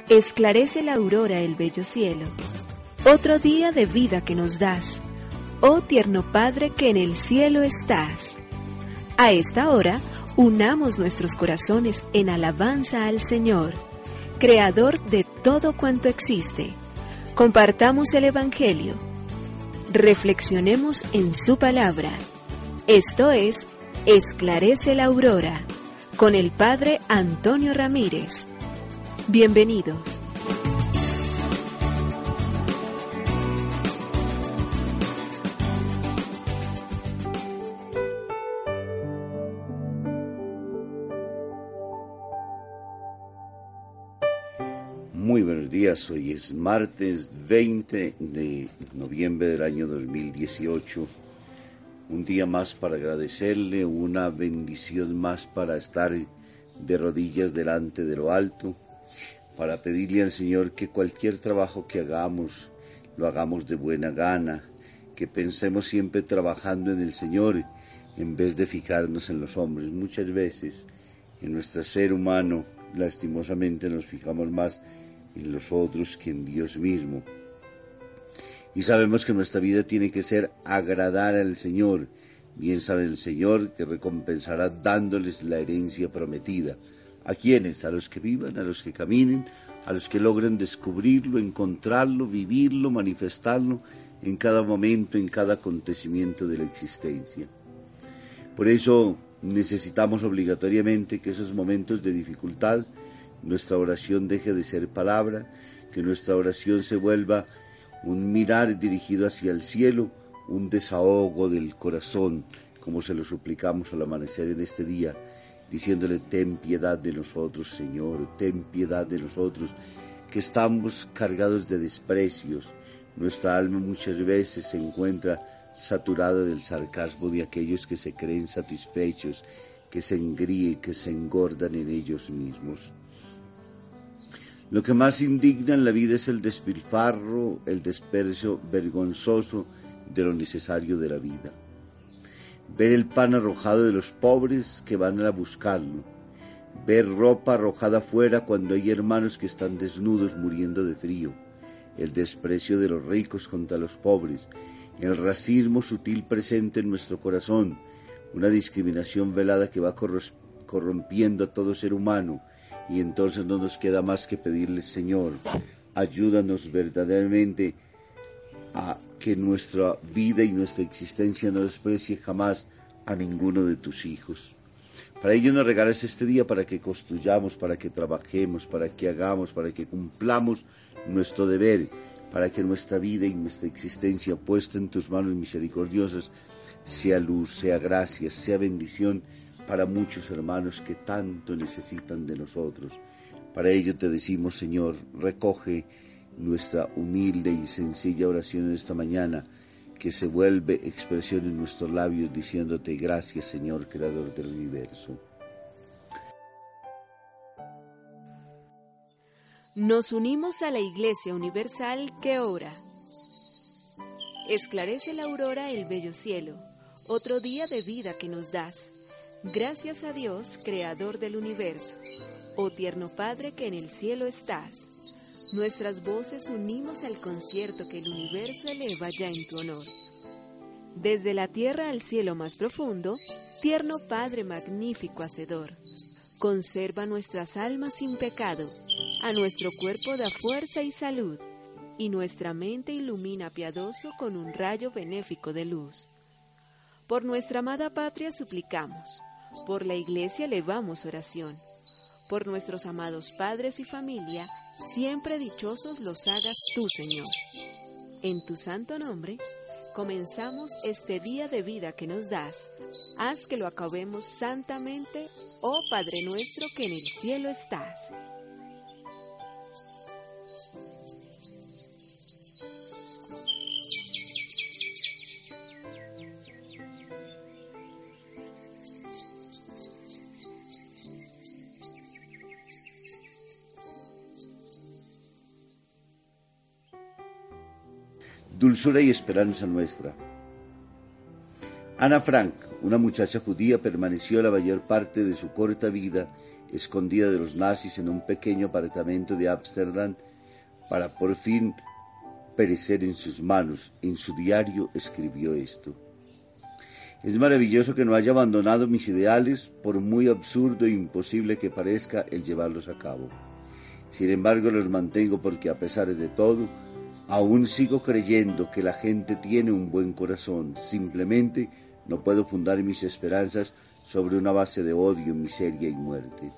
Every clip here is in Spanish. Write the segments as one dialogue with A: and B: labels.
A: Esclarece la aurora el bello cielo. Otro día de vida que nos das, oh tierno Padre que en el cielo estás. A esta hora, unamos nuestros corazones en alabanza al Señor, Creador de todo cuanto existe. Compartamos el Evangelio. Reflexionemos en su palabra. Esto es Esclarece la aurora, con el Padre Antonio Ramírez. Bienvenidos.
B: Muy buenos días, hoy es martes 20 de noviembre del año 2018, un día más para agradecerle, una bendición más para estar de rodillas delante de lo alto, para pedirle al Señor que cualquier trabajo que hagamos, lo hagamos de buena gana, que pensemos siempre trabajando en el Señor en vez de fijarnos en los hombres. Muchas veces en nuestro ser humano, lastimosamente, nos fijamos más en los otros que en Dios mismo. Y sabemos que nuestra vida tiene que ser agradar al Señor. Bien sabe el Señor que recompensará dándoles la herencia prometida. ¿A quiénes? A los que vivan, a los que caminen, a los que logren descubrirlo, encontrarlo, vivirlo, manifestarlo en cada momento, en cada acontecimiento de la existencia. Por eso necesitamos obligatoriamente que esos momentos de dificultad, nuestra oración deje de ser palabra, que nuestra oración se vuelva un mirar dirigido hacia el cielo, un desahogo del corazón, como se lo suplicamos al amanecer en este día, diciéndole: ten piedad de nosotros, Señor, ten piedad de nosotros, que estamos cargados de desprecios. Nuestra alma muchas veces se encuentra saturada del sarcasmo de aquellos que se creen satisfechos, que se engríen, que se engordan en ellos mismos. Lo que más indigna en la vida es el despilfarro, el desperdicio vergonzoso de lo necesario de la vida. Ver el pan arrojado de los pobres que van a buscarlo, ver ropa arrojada afuera cuando hay hermanos que están desnudos muriendo de frío, el desprecio de los ricos contra los pobres, el racismo sutil presente en nuestro corazón, una discriminación velada que va corrompiendo a todo ser humano. Y entonces no nos queda más que pedirle: Señor, ayúdanos verdaderamente a que nuestra vida y nuestra existencia no desprecie jamás a ninguno de tus hijos. Para ello nos regalas este día para que construyamos, para que trabajemos, para que hagamos, para que cumplamos nuestro deber, para que nuestra vida y nuestra existencia puesta en tus manos misericordiosas sea luz, sea gracia, sea bendición para muchos hermanos que tanto necesitan de nosotros. Para ello te decimos: Señor, recoge nuestra humilde y sencilla oración en esta mañana, que se vuelve expresión en nuestros labios diciéndote: gracias, Señor, Creador del universo.
A: Nos unimos a la Iglesia Universal que ora. Esclarece la aurora el bello cielo, otro día de vida que nos das. Gracias a Dios, Creador del universo, oh tierno Padre que en el cielo estás. Nuestras voces unimos al concierto que el universo eleva ya en tu honor. Desde la tierra al cielo más profundo, tierno Padre magnífico hacedor, conserva nuestras almas sin pecado, a nuestro cuerpo da fuerza y salud, y nuestra mente ilumina piadoso con un rayo benéfico de luz. Por nuestra amada patria suplicamos, por la Iglesia elevamos oración, por nuestros amados padres y familia, siempre dichosos los hagas tú, Señor. En tu santo nombre, comenzamos este día de vida que nos das. Haz que lo acabemos santamente, oh Padre nuestro que en el cielo estás.
B: Dulzura y esperanza nuestra. Ana Frank, una muchacha judía, permaneció la mayor parte de su corta vida escondida de los nazis en un pequeño apartamento de Ámsterdam, para por fin perecer en sus manos. En su diario escribió esto: es maravilloso que no haya abandonado mis ideales, por muy absurdo e imposible que parezca el llevarlos a cabo. Sin embargo, los mantengo porque, a pesar de todo, aún sigo creyendo que la gente tiene un buen corazón. Simplemente no puedo fundar mis esperanzas sobre una base de odio, miseria y muerte.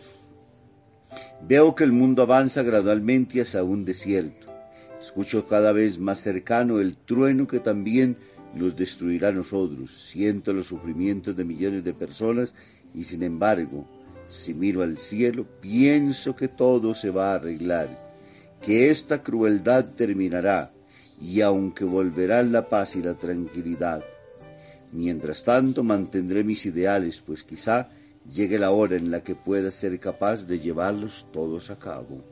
B: Veo que el mundo avanza gradualmente hacia un desierto. Escucho cada vez más cercano el trueno que también nos destruirá a nosotros. Siento los sufrimientos de millones de personas y, sin embargo, si miro al cielo, pienso que todo se va a arreglar, que esta crueldad terminará y aunque volverán la paz y la tranquilidad. Mientras tanto, mantendré mis ideales, pues quizá llegue la hora en la que pueda ser capaz de llevarlos todos a cabo.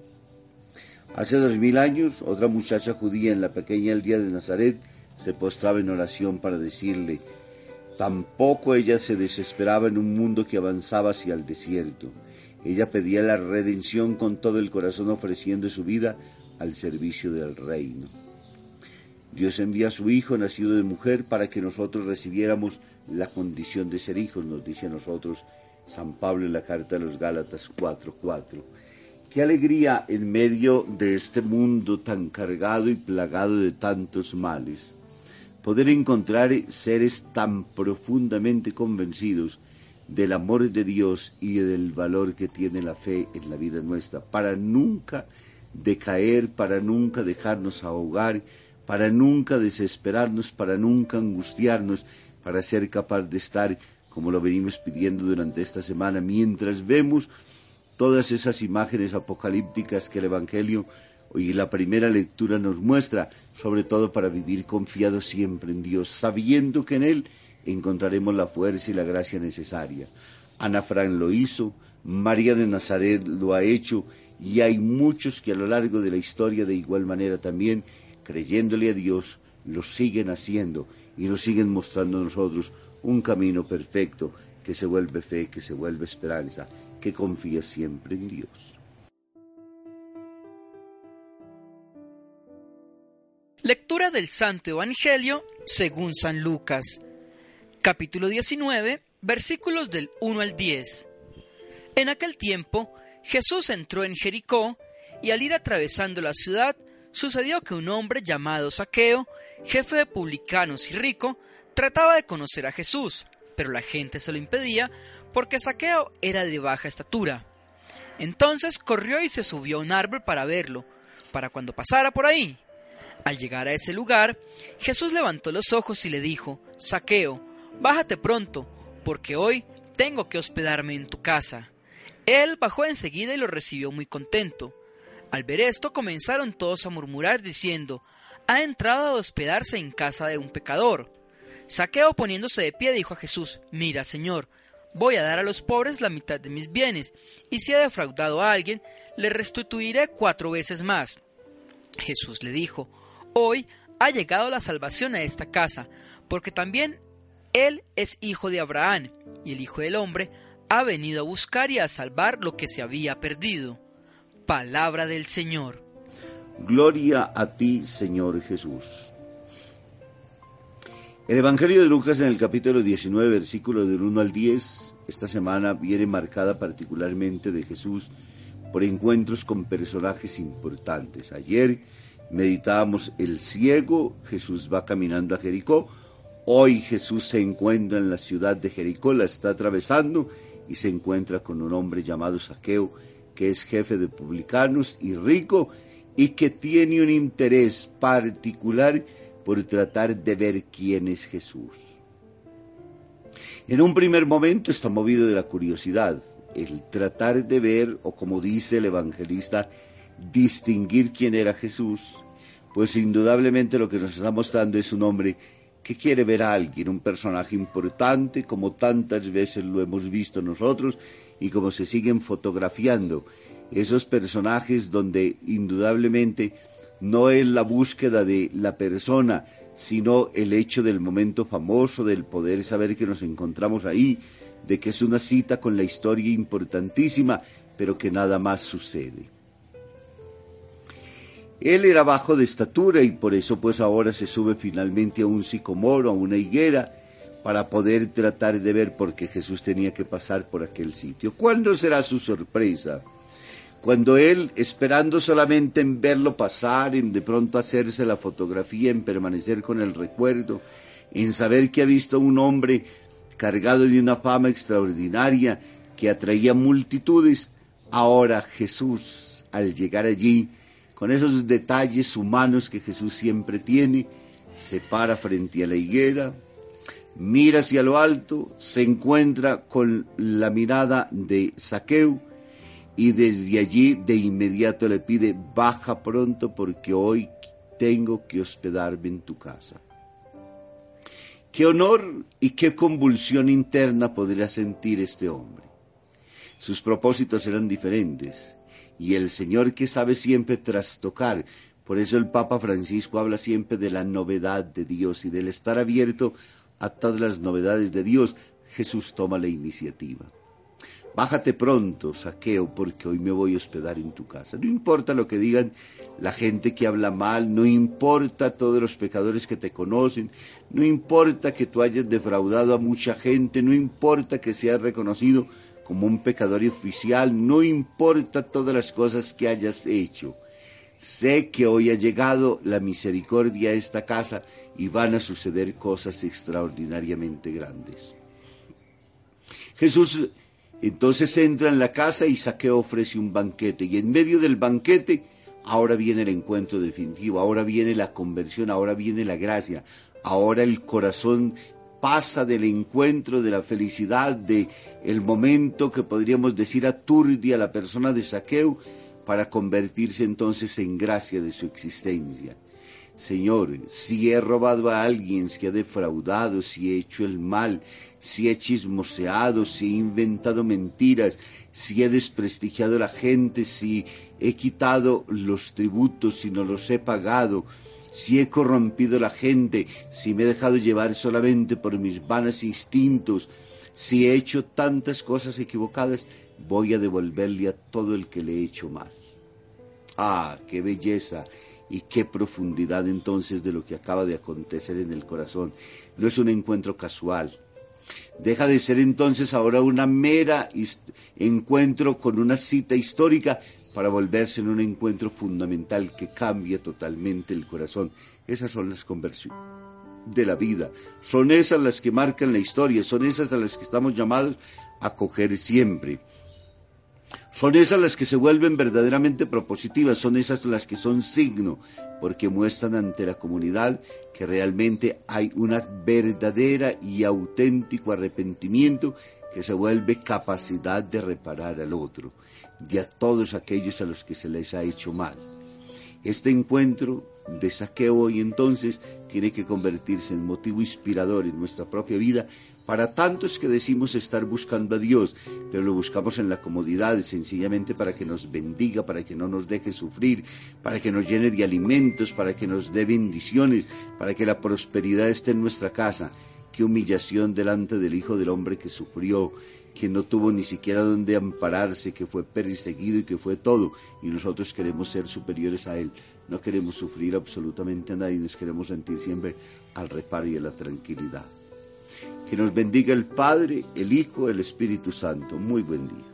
B: Hace 2000 años, otra muchacha judía en la pequeña aldea de Nazaret se postraba en oración para decirle: tampoco ella se desesperaba en un mundo que avanzaba hacia el desierto. Ella pedía la redención con todo el corazón, ofreciendo su vida al servicio del reino. Dios envía a su Hijo, nacido de mujer, para que nosotros recibiéramos la condición de ser hijos, nos dice a nosotros San Pablo en la carta de los Gálatas 4:4. Qué alegría en medio de este mundo tan cargado y plagado de tantos males, poder encontrar seres tan profundamente convencidos del amor de Dios y del valor que tiene la fe en la vida nuestra, para nunca decaer, para nunca dejarnos ahogar, para nunca desesperarnos, para nunca angustiarnos, para ser capaz de estar, como lo venimos pidiendo durante esta semana, mientras vemos todas esas imágenes apocalípticas que el Evangelio y la primera lectura nos muestra, sobre todo para vivir confiados siempre en Dios, sabiendo que en Él encontraremos la fuerza y la gracia necesaria. Ana Frank lo hizo, María de Nazaret lo ha hecho, y hay muchos que a lo largo de la historia de igual manera también, creyéndole a Dios, lo siguen haciendo y nos siguen mostrando a nosotros un camino perfecto que se vuelve fe, que se vuelve esperanza, que confía siempre en Dios.
C: Lectura del Santo Evangelio según San Lucas, capítulo 19, versículos del 1 al 10. En aquel tiempo, Jesús entró en Jericó, y al ir atravesando la ciudad, sucedió que un hombre llamado Zaqueo, jefe de publicanos y rico, trataba de conocer a Jesús, pero la gente se lo impedía porque Zaqueo era de baja estatura. Entonces corrió y se subió a un árbol para verlo, para cuando pasara por ahí. Al llegar a ese lugar, Jesús levantó los ojos y le dijo: Zaqueo, bájate pronto, porque hoy tengo que hospedarme en tu casa. Él bajó enseguida y lo recibió muy contento. Al ver esto, comenzaron todos a murmurar diciendo: ha entrado a hospedarse en casa de un pecador. Zaqueo, poniéndose de pie, dijo a Jesús: mira, Señor, voy a dar a los pobres la mitad de mis bienes, y si he defraudado a alguien, le restituiré 4 veces más. Jesús le dijo: hoy ha llegado la salvación a esta casa, porque también él es hijo de Abraham, y el Hijo del Hombre ha venido a buscar y a salvar lo que se había perdido. Palabra del Señor.
B: Gloria a ti, Señor Jesús. El Evangelio de Lucas, en el capítulo 19, versículos del 1 al 10, esta semana viene marcada particularmente de Jesús por encuentros con personajes importantes. Ayer meditábamos el ciego, Jesús va caminando a Jericó. Hoy Jesús se encuentra en la ciudad de Jericó, la está atravesando y se encuentra con un hombre llamado Zaqueo, que es jefe de publicanos y rico, y que tiene un interés particular por tratar de ver quién es Jesús. En un primer momento está movido de la curiosidad, el tratar de ver, o como dice el evangelista, distinguir quién era Jesús, pues indudablemente lo que nos está mostrando es un hombre que quiere ver a alguien, un personaje importante, como tantas veces lo hemos visto nosotros, y como se siguen fotografiando esos personajes donde indudablemente no es la búsqueda de la persona, sino el hecho del momento famoso, del poder saber que nos encontramos ahí, de que es una cita con la historia importantísima, pero que nada más sucede. Él era bajo de estatura y por eso pues ahora se sube finalmente a un sicomoro, a una higuera, para poder tratar de ver, porque Jesús tenía que pasar por aquel sitio. ¿Cuándo será su sorpresa? Cuando él, esperando solamente en verlo pasar, en de pronto hacerse la fotografía, en permanecer con el recuerdo, en saber que ha visto a un hombre cargado de una fama extraordinaria que atraía multitudes, ahora Jesús, al llegar allí, con esos detalles humanos que Jesús siempre tiene, se para frente a la higuera, mira hacia lo alto, se encuentra con la mirada de Zaqueo y desde allí de inmediato le pide: baja pronto porque hoy tengo que hospedarme en tu casa. Qué honor y qué convulsión interna podría sentir este hombre. Sus propósitos eran diferentes y el Señor, que sabe siempre trastocar, por eso el Papa Francisco habla siempre de la novedad de Dios y del estar abierto a todas las novedades de Dios. Jesús toma la iniciativa. Bájate pronto, Zaqueo, porque hoy me voy a hospedar en tu casa. No importa lo que digan la gente que habla mal, no importa todos los pecadores que te conocen, no importa que tú hayas defraudado a mucha gente, no importa que seas reconocido como un pecador oficial, no importa todas las cosas que hayas hecho. Sé que hoy ha llegado la misericordia a esta casa y van a suceder cosas extraordinariamente grandes. Jesús entonces entra en la casa y Zaqueo ofrece un banquete, y en medio del banquete ahora viene el encuentro definitivo, ahora viene la conversión, ahora viene la gracia, ahora el corazón pasa del encuentro, de la felicidad, de el momento que podríamos decir aturdia a la persona de Zaqueo, para convertirse entonces en gracia de su existencia. Señor, si he robado a alguien, si he defraudado, si he hecho el mal, si he chismoseado, si he inventado mentiras, si he desprestigiado a la gente, si he quitado los tributos, si no los he pagado, si he corrompido a la gente, si me he dejado llevar solamente por mis vanos instintos, si he hecho tantas cosas equivocadas, voy a devolverle a todo el que le he hecho mal. ¡Ah, qué belleza! Y qué profundidad entonces de lo que acaba de acontecer en el corazón. No es un encuentro casual. Deja de ser entonces ahora una mera encuentro con una cita histórica para volverse en un encuentro fundamental que cambia totalmente el corazón. Esas son las conversiones de la vida. Son esas las que marcan la historia. Son esas a las que estamos llamados a coger siempre. Son esas las que se vuelven verdaderamente propositivas, son esas las que son signo, porque muestran ante la comunidad que realmente hay una verdadera y auténtico arrepentimiento que se vuelve capacidad de reparar al otro, de a todos aquellos a los que se les ha hecho mal. Este encuentro de Zaqueo hoy entonces tiene que convertirse en motivo inspirador en nuestra propia vida para tantos que decimos estar buscando a Dios, pero lo buscamos en la comodidad, sencillamente para que nos bendiga, para que no nos deje sufrir, para que nos llene de alimentos, para que nos dé bendiciones, para que la prosperidad esté en nuestra casa. Qué humillación delante del Hijo del Hombre que sufrió, que no tuvo ni siquiera donde ampararse, que fue perseguido y que fue todo, y nosotros queremos ser superiores a Él. No queremos sufrir absolutamente a nadie, nos queremos sentir siempre al reparo y a la tranquilidad. Que nos bendiga el Padre, el Hijo, el Espíritu Santo. Muy buen día.